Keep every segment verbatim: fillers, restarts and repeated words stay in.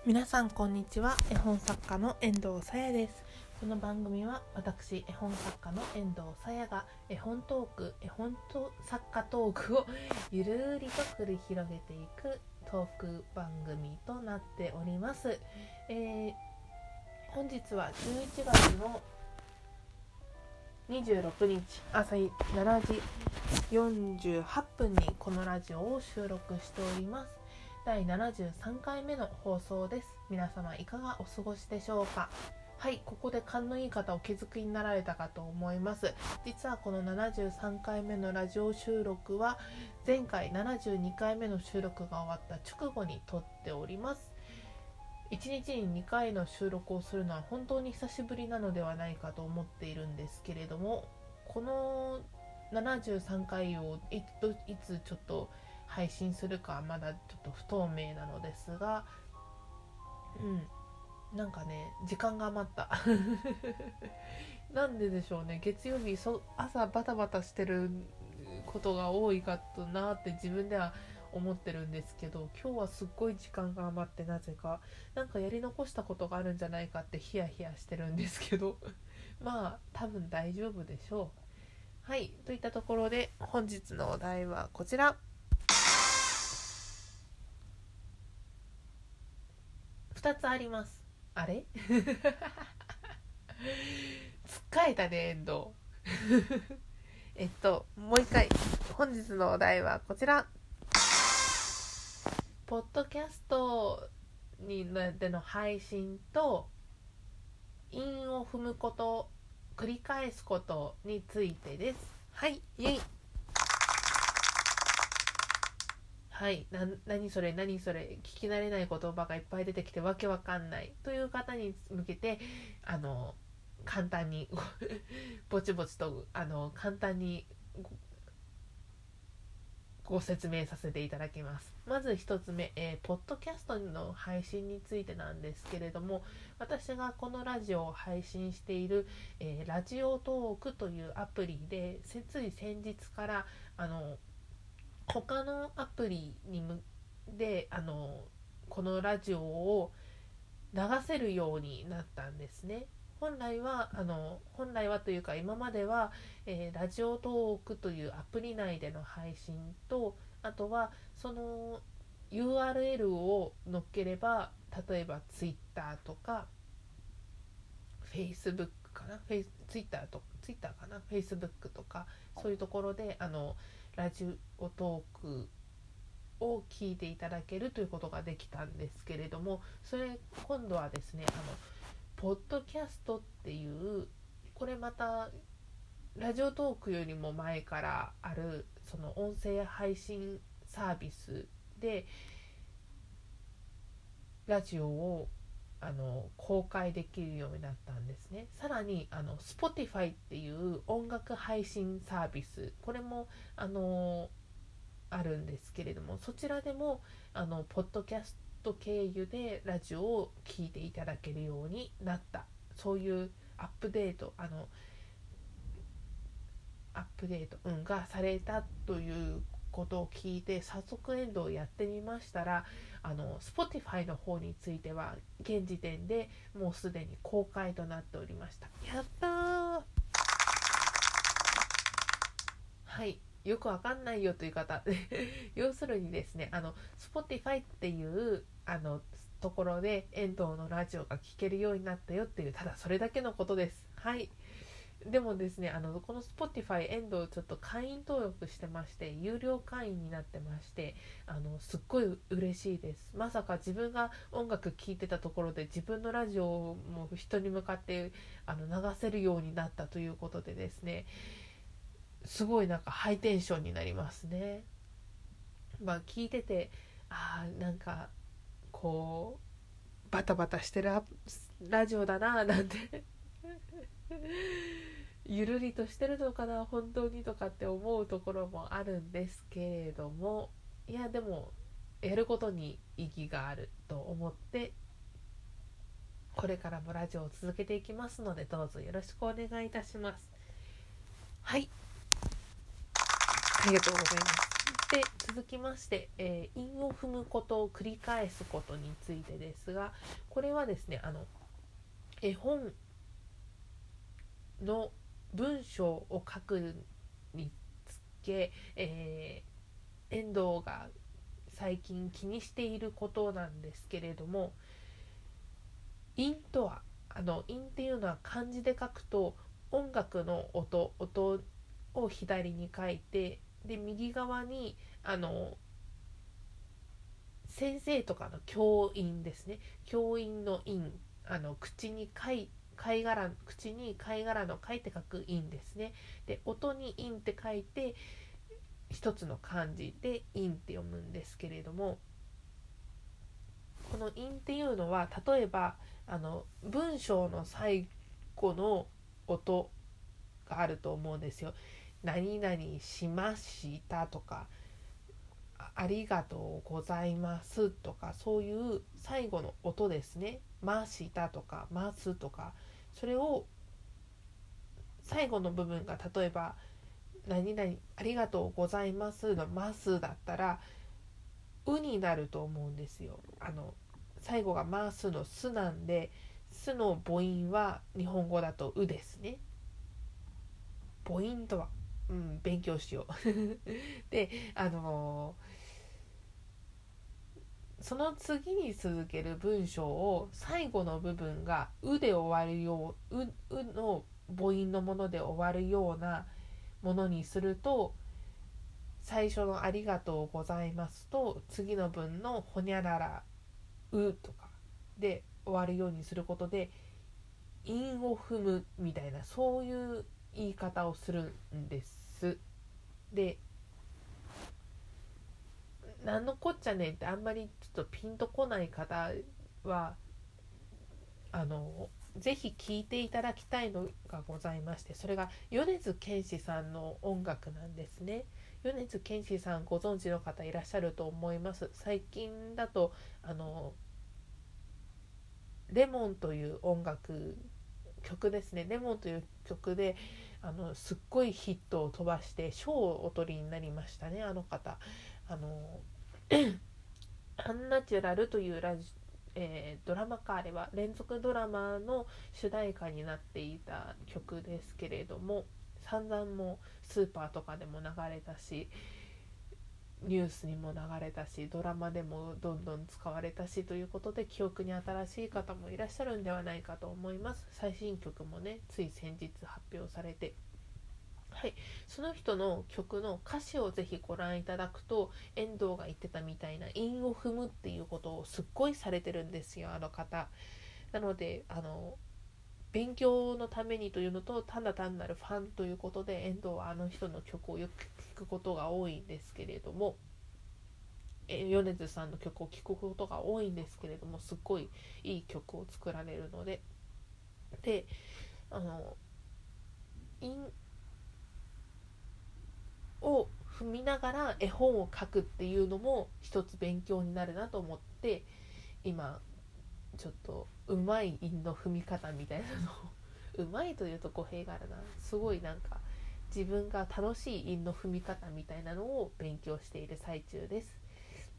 皆さんこんにちは。絵本作家の遠藤さやです。この番組は私絵本作家の遠藤さやが絵本トーク絵本と作家トークをゆるりと繰り広げていくトーク番組となっております。えー、本日はじゅういちがつのにじゅうろくにち朝しちじよんじゅうはっぷんにこのラジオを収録しております。だいななじゅうさんかいめの放送です。皆様いかがお過ごしでしょうか。はい、ここで勘のいい方お気づきになられたかと思います。実はこのななじゅうさんかいめのラジオ収録は前回ななじゅうにかいめの収録が終わった直後に撮っております。いちにちににかいの収録をするのは本当に久しぶりなのではないかと思っているんですけれども、このななじゅうさんかいをいつ、いつちょっと配信するかはまだちょっと不透明なのですが、うんなんかね時間が余ったなんででしょうね。月曜日そ朝バタバタしてることが多いかとなって自分では思ってるんですけど、今日はすっごい時間が余って、なぜかなんかやり残したことがあるんじゃないかってヒヤヒヤしてるんですけどまあ多分大丈夫でしょう。はい、といったところで本日のお題はこちら。ふたつあります。あれつっかえたね、遠藤えっともう一回、本日のお題はこちら。ポッドキャストにでの配信と韻を踏むこと、繰り返すことについてです。はい、イエイ。はい、な何それ何それ聞き慣れない言葉がいっぱい出てきてわけわかんないという方に向けて、あの簡単にぼちぼちとあの簡単にご説明させていただきます。まず一つ目、えー、ポッドキャストの配信についてなんですけれども、私がこのラジオを配信している、えー、ラジオトークというアプリで、つい先日からあの他のアプリにむであのこのラジオを流せるようになったんですね。本来はあの本来はというか今までは、えー、ラジオトークというアプリ内での配信と、あとはその ユーアールエル を載っければ、例えば Twitter とか Facebook かな、フェイ Twitter と Twitter かな Facebook とか、そういうところであのラジオトークを聞いていただけるということができたんですけれども、それ今度はですね、あのポッドキャストっていう、これまたラジオトークよりも前からあるその音声配信サービスでラジオをあの公開できるようになったんですね。さらにあの Spotify っていう音楽配信サービス、これもあのあるんですけれども、そちらでもあのポッドキャスト経由でラジオを聞いていただけるようになった、そういうアップデートあのアップデート、うん、がされたということを聞いて、早速エンドをやってみましたら、あの Spotify の方については現時点でもうすでに公開となっておりました。やったー。はい、よくわかんないよという方要するにですね、あの Spotify っていうあのところで遠藤のラジオが聞けるようになったよっていう、ただそれだけのことです。はい。でもですね、あのこの Spotify 遠藤ちょっと会員登録してまして、有料会員になってまして、あのすっごい嬉しいです。まさか自分が音楽聴いてたところで自分のラジオも人に向かってあの流せるようになったということでですね、すごいなんかハイテンションになりますね。まあ聞いてて、あーなんかこうバタバタしてるラジオだななんてゆるりとしてるのかな本当にとかって思うところもあるんですけれども、いやでもやることに意義があると思って、これからもラジオを続けていきますので、どうぞよろしくお願いいたします。はい、ありがとうございます。 で続きまして、えー、韻を踏むことを繰り返すことについてですが、これはですね、あの絵本の文章を書くにつけ、えー、遠藤が最近気にしていることなんですけれども、韻とは、あの韻っていうのは漢字で書くと音楽の音音を左に書いて、で右側にあの先生とかの教員ですね、教員の韻、あの口に貝貝殻口に貝殻の書いて書く韻ですね。で音に韻って書いて一つの漢字で韻って読むんですけれども、この韻っていうのは例えばあの文章の最後の音があると思うんですよ。何々しましたとか、ありがとうございますとか、そういう最後の音ですね。ましたとかますとか、それを最後の部分が例えば何々ありがとうございますのますだったらうになると思うんですよ。あの最後がますのすなんで、すの母音は日本語だとうですね。母音とは、うん、勉強しようで、あのー、その次に続ける文章を最後の部分がうで終わるよう、う、うの母音のもので終わるようなものにすると、最初のありがとうございますと次の文のほにゃららうとかで終わるようにすることで韻を踏むみたいな、そういう言い方をするんです。で、なんのこっちゃねんってあんまりちょっとピンとこない方はあのぜひ聴いていただきたいのがございまして、それが米津玄師さんの音楽なんですね。米津玄師さんご存知の方いらっしゃると思います。最近だとあのレモンという音楽曲ですね。レモンという曲であのすっごいヒットを飛ばして賞をお取りになりましたね、あの方。あのアンナチュラルというラジ、えー、ドラマか、あれは連続ドラマの主題歌になっていた曲ですけれども、散々もスーパーとかでも流れたし、ニュースにも流れたし、ドラマでもどんどん使われたしということで、記憶に新しい方もいらっしゃるんではないかと思います。最新曲もね、つい先日発表されて、はい、その人の曲の歌詞をぜひご覧いただくと、遠藤が言ってたみたいな韻を踏むっていうことをすっごいされてるんですよ、あの方。なのであの勉強のためにというのと、ただ単なるファンということで遠藤はあの人の曲をよく聴くことが多いんですけれども、え米津さんの曲を聴くことが多いんですけれども、すっごいいい曲を作られるので、であの韻を踏みながら絵本を描くっていうのも一つ勉強になるなと思って、今ちょっとうまい韻の踏み方みたいなのをうまいというと語弊があるな、すごいなんか自分が楽しい韻の踏み方みたいなのを勉強している最中です。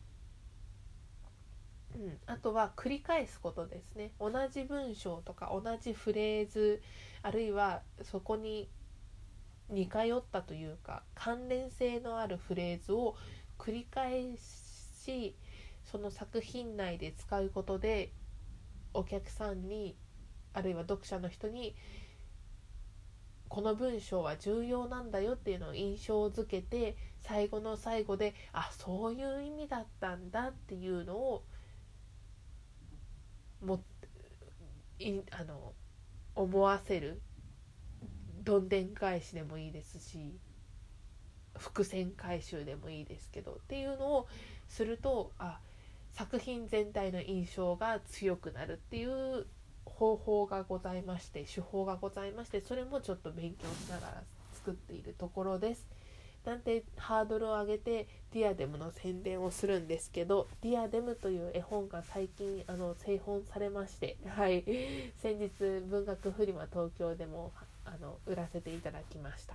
うん、あとは繰り返すことですね。同じ文章とか同じフレーズ、あるいはそこに似通ったというか関連性のあるフレーズを繰り返し、その作品内で使うことでお客さんに、あるいは読者の人にこの文章は重要なんだよっていうのを印象づけて、最後の最後であ、そういう意味だったんだっていうのをもいあの思わせる、どんでん返しでもいいですし伏線回収でもいいですけどっていうのをすると、あ、作品全体の印象が強くなるっていう方法がございまして、手法がございまして、それもちょっと勉強しながら作っているところです。なんてハードルを上げてディアデムの宣伝をするんですけど、ディアデムという絵本が最近あの製本されまして、はい、先日文学フリマ東京でもあの売らせていただきました。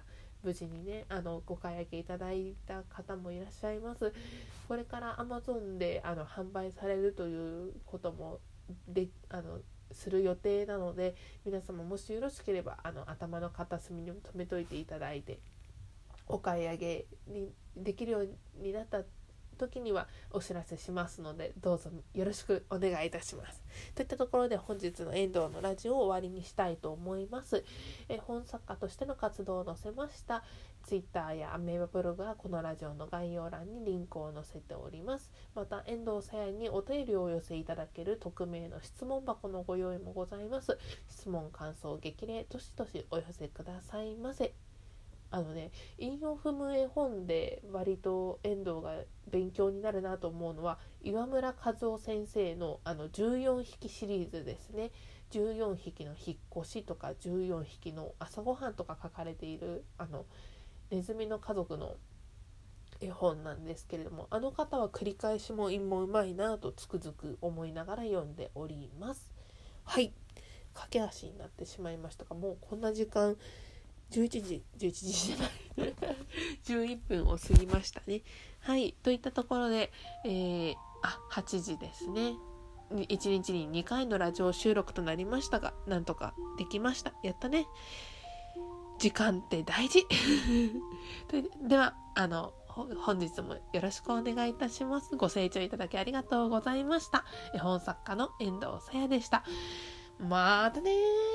無事にねあのご買い上げいただいた方もいらっしゃいます。これから Amazon であの販売されるということもであのする予定なので、皆様もしよろしければあの頭の片隅にも留めといていただいて、お買い上げにできるようになった時にはお知らせしますので、どうぞよろしくお願いいたします。といったところで本日の遠藤のラジオを終わりにしたいと思います。え本作家としての活動を載せましたツイッターやアメーバブログはこのラジオの概要欄にリンクを載せております。また遠藤さやにお便りをお寄せいただける匿名の質問箱のご用意もございます。質問感想激励どしどしお寄せくださいませ。あのね、韻を踏む絵本で割と遠藤が勉強になるなと思うのは岩村和夫先生のあのじゅうよんひきシリーズですね。じゅうよんひきの引っ越しとかじゅうよんひきの朝ごはんとか書かれているあのネズミの家族の絵本なんですけれども、あの方は繰り返しも韻もうまいなとつくづく思いながら読んでおります。はい、駆け足になってしまいましたが、もうこんな時間じゅういちじ、じゅういちじじゃないじゅういっぷんを過ぎましたね。はい、といったところで、えー、あ、はちじですね。いちにちににかいのラジオ収録となりましたが、なんとかできました。やったね。時間って大事では、あの、本日もよろしくお願いいたします。ご清聴いただきありがとうございました。絵本作家の遠藤さやでした。またねー。